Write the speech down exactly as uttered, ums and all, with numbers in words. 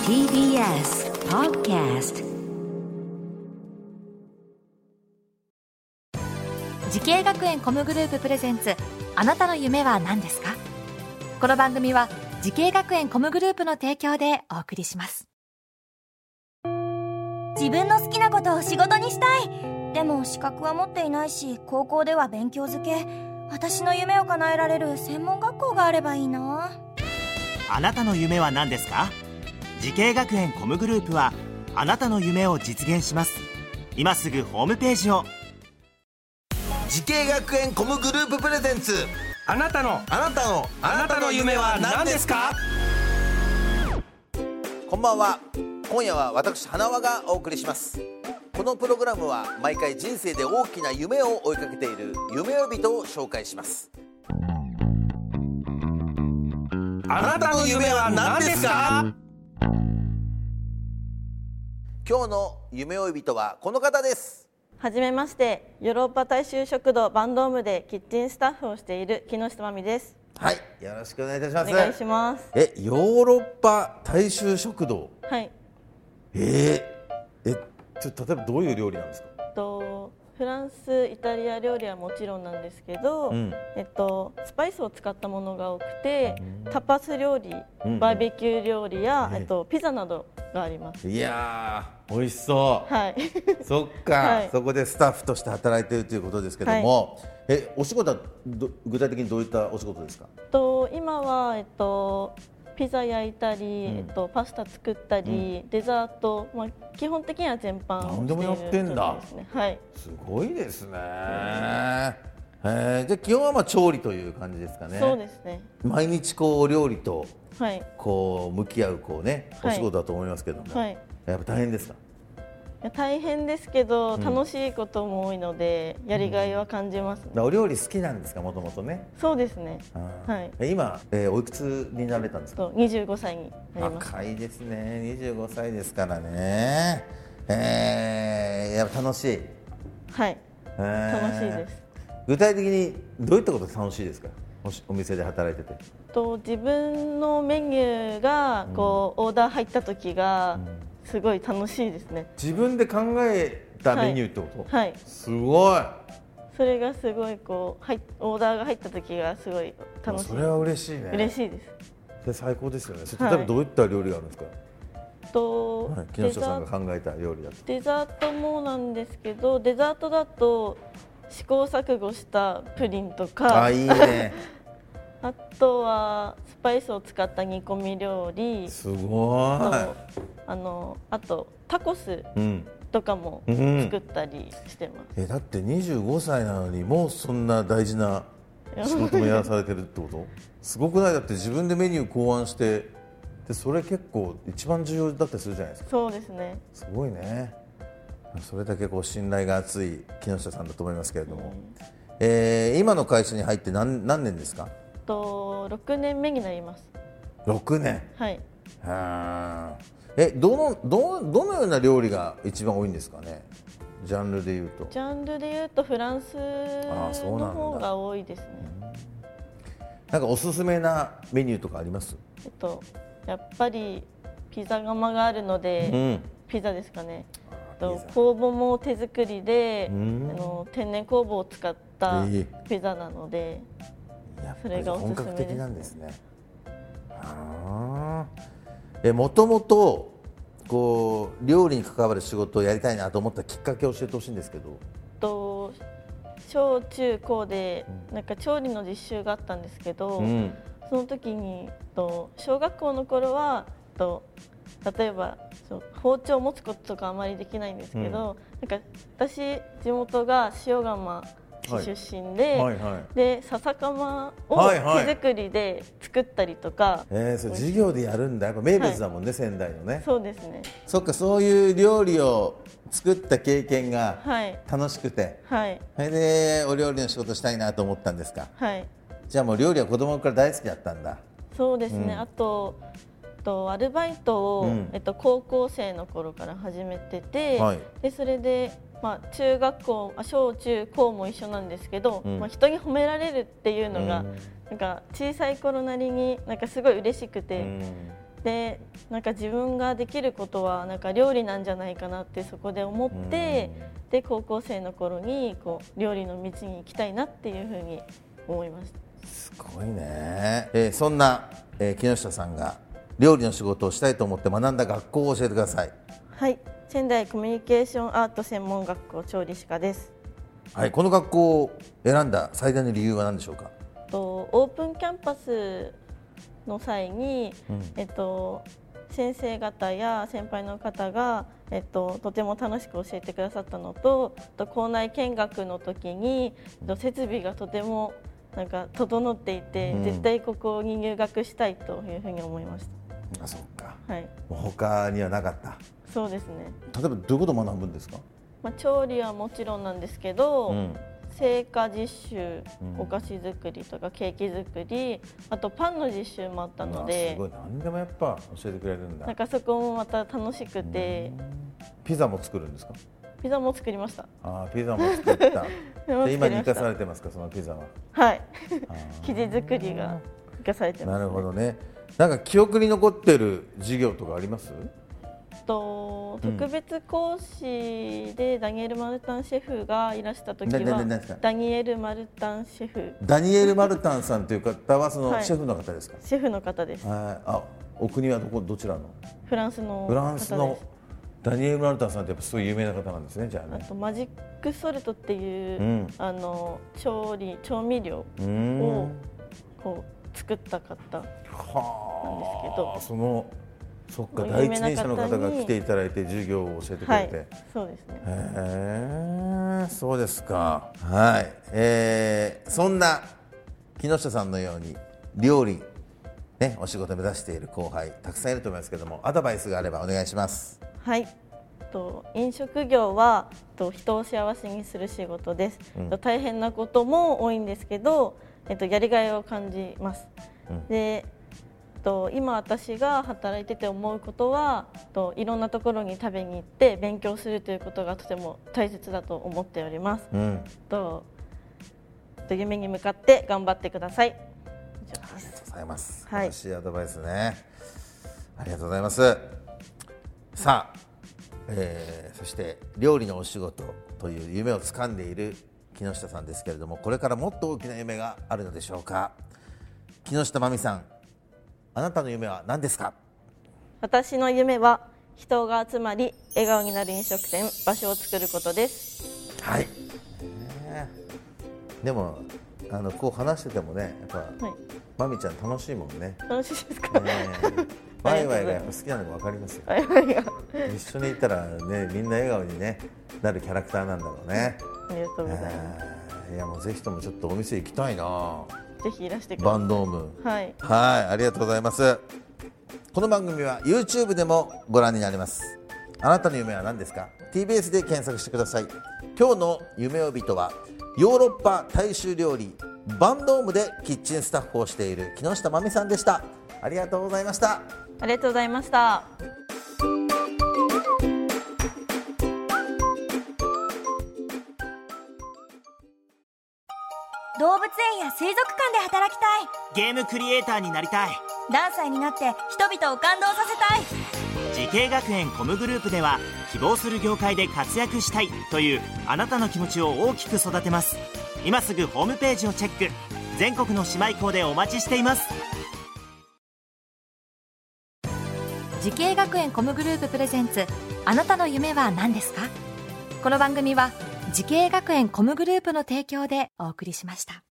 ティービーエス Podcast。 時系学園コムグループプレゼンツ、あなたの夢は何ですか？この番組は時系学園コムグループの提供でお送りします。 自分の好きなことを仕事にしたい。でも資格は持っていないし、高校では勉強づけ。私の夢を叶えられる専門学校があればいいな。 あなたの夢は何ですか？時系学園コムグループはあなたの夢を実現します。今すぐホームページを。 時系学園コムグループプレゼンツ、 あなたのあなたのあなたの夢は何ですか？ こんばんは。今夜は私花輪がお送りします。このプログラムは毎回人生で大きな夢を追いかけている夢追い人を紹介します。 あなたの夢は何ですか？ 今日の夢追い人はこの方です。 はじめまして、ヨーロッパ大衆食堂バンドームでキッチンスタッフをしている木下真美です。 はい、よろしくお願いいたします。 お願いします。 え、ヨーロッパ大衆食堂。 はい。 えー、え、ちょっと例えばどういう料理なんですか？ とフランス、イタリア料理はもちろんなんですけど、うん、えっと、スパイスを使ったものが多くて、うん、タパス料理、うん、バーベキュー料理や、えっと、ピザなどがあります。 いやー、美味しそう。 はい。 そっか、はい、そこでスタッフとして働いているということですけども、はい、え、お仕事はど具体的にどういったお仕事ですか？ と今は、えっとピザ焼いたり、うん、えっと、パスタ作ったり、うん、デザート、まあ、基本的には全般何でもやってんだ。 ですね。はい、 すごいですね。うん、えー、じゃあ基本はまあ調理という感じですかね。 そうですね。 毎日こうお料理とはい、 こう向き合うこうね、お仕事だと思いますけども、はい、やっぱ大変ですか？ いや大変ですけど、うん、楽しいことも多いのでやりがいは感じますね。 うん、お料理好きなんですか？もともとね。 そうですね。はい、 今、えー、おいくつになられたんですか？ にじゅうごさいになります。 若いですね。にじゅうごさいですからね。えー、やっぱ楽しい。 はい、えー、楽しいです。 具体的にどういったことが楽しいですか？お店で働いてて。 と自分のメニューがこう、うん、オーダー入った時が、うんすごい楽しいですね。 自分で考えたメニューってこと？ はい、 すごい。 それがすごいこう、はい、オーダーが入った時がすごい楽しい。 それは嬉しいね。 嬉しいです。 それ最高ですよね。それ例えばどういった料理があるんですか？ はい、と、 はい、木下さんが考えた料理だと。 デザートもなんですけど、デザートだと試行錯誤したプリンとか。 あ、いいね。 あとはスパイスを使った煮込み料理。 すごい。 あのあとタコスとかも作ったりしてます。 うんうん、えだってにじゅうごさいなのにもうそんな大事な仕事もやらされてるってことすごくない？だって自分でメニュー考案してでそれ結構一番重要だったりするじゃないですか。 そうですね。 すごいね。それだけこう信頼が厚い木下さんだと思いますけれども、うん、えー、今の会社に入って 何, 何年ですか？ とろくねんめになります。 ろくねん。 はい。 はえどのどどのような料理が一番多いんですかね？ジャンルでいうと。 ジャンルでいうとフランスの方が多いですね。 なんかおすすめなメニューとかあります？ えっとやっぱりピザ窯があるので、うん、ピザですかね。と酵母も手作りで、うん、あの天然酵母を使ったピザなので、それがおすすめです。 本格的なんですね。あえもともとこう料理に関わる仕事をやりたいなと思ったきっかけを教えてほしいんですけど。 と小中高でなんか調理の実習があったんですけど、うん、その時にと小学校の頃はと例えば包丁を持つこととかあまりできないんですけど、うん、なんか私地元が塩釜出身で、はいはいはい、で笹かまを手作りで作ったりとか、はいはい、 えー、そう授業でやるんだ。やっぱ名物だもんね、はい、仙台のね。 そうですね。 そっか、そういう料理を作った経験が楽しくて、はい、それでお料理の仕事したいなと思ったんですか？ はい。 じゃあもう料理は子供から大好きだったんだ。 そうですね、うん、あととアルバイトを、うん、えっと、高校生の頃から始めてて、はい、でそれでまあ、中学校、小中高も一緒なんですけど、うんまあ、人に褒められるっていうのが、うん、なんか小さい頃なりになんかすごい嬉しくて、うん、 でなんか自分ができることはなんか料理なんじゃないかなってそこで思って、で高校生の頃にこう料理の道に行きたいなっていうふうに思いました。 すごいね、えー、そんな、えー、木下さんが料理の仕事をしたいと思って学んだ学校を教えてください。 はい、仙台コミュニケーションアート専門学校調理師科です。 はい、この学校を選んだ最大の理由は何でしょうか。 とオープンキャンパスの際に、うん、えっと、先生方や先輩の方が、えっと、とても楽しく教えてくださったのと、と校内見学の時に、えっと、設備がとてもなんか整っていて、うん、絶対ここに入学したいというふうに思いました。 あ、そうか、 はい、 他にはなかった。 そうですね。 例えばどういうことを学ぶんですか。 まあ、調理はもちろんなんですけど、うん、製菓実習、うん、お菓子作りとかケーキ作り、あとパンの実習もあったので、 すごい、何でもやっぱ教えてくれるんだ。 なんかそこもまた楽しくて。 ピザも作るんですか。 ピザも作りました。 あ、ピザも作ったで今に生かされてますか、そのピザは。 はい生地作りが生かされてます、ね、 なるほどね。なんか記憶に残ってる授業とかあります？ と特別講師でダニエル・マルタンシェフがいらした時は、ダニエル・マルタンシェフダニエル・マルタンさんという方はそのシェフの方ですか。はい、 シェフの方です。 あ、お国はどこ、どちらの？ フランスの方です。 フランスのダニエル・マルタンさんってやっぱすごい有名な方なんですね。じゃあね、 あとマジックソルトっていう、うん、あの調理調味料をこう作った方なんですけど、 そのそっか、第一人者の方が来ていただいて授業を教えてくれて、はい、 そうですね。 へー、そうですか。はい、えー、そんな木下さんのように料理ね、お仕事を目指している後輩たくさんいると思いますけども、アドバイスがあればお願いします。 はい、と飲食業はと人を幸せにする仕事です、うん、と大変なことも多いんですけど、えっと、やりがいを感じます、うん、でと今私が働いてて思うことはといろんなところに食べに行って勉強するということがとても大切だと思っております、うん、とと夢に向かって頑張ってください。 ありがとうございます。はい、素晴らしいアドバイスね。ありがとうございます。さあ、えー、そして料理のお仕事という夢を掴んでいる木下さんですけれども、これからもっと大きな夢があるのでしょうか。木下真美さん、あなたの夢は何ですか？ 私の夢は人が集まり笑顔になる飲食店、場所を作ることです。 はい、えー、でもあのこう話しててもね、やっぱ、はい、まみちゃん楽しいもんね。 楽しいですか？ ね、ワイワイがやっぱ好きなのが分かりますよ。一緒にいたらね、みんな笑顔に、ね、なるキャラクターなんだろうね。 ありがとうございます。 えー、いやもうぜひともちょっとお店行きたいな。 ぜひいらしてください。 バンドーム。 はい。 はい、ありがとうございます。この番組は YouTube でもご覧になれます。あなたの夢は何ですか？ ティービーエス で検索してください。今日の夢呼人はヨーロッパ大衆料理バンドームでキッチンスタッフをしている木下真美さんでした。ありがとうございました。 ありがとうございました。 動物園や水族館で働きたい。 ゲームクリエイターになりたい。 何歳になって人々を感動させたい。 時系学園コムグループでは希望する業界で活躍したいというあなたの気持ちを大きく育てます。今すぐホームページをチェック。全国の姉妹校でお待ちしています。 時系学園コムグループプレゼンツ、あなたの夢は何ですか？この番組は時系学園コムグループの提供でお送りしました。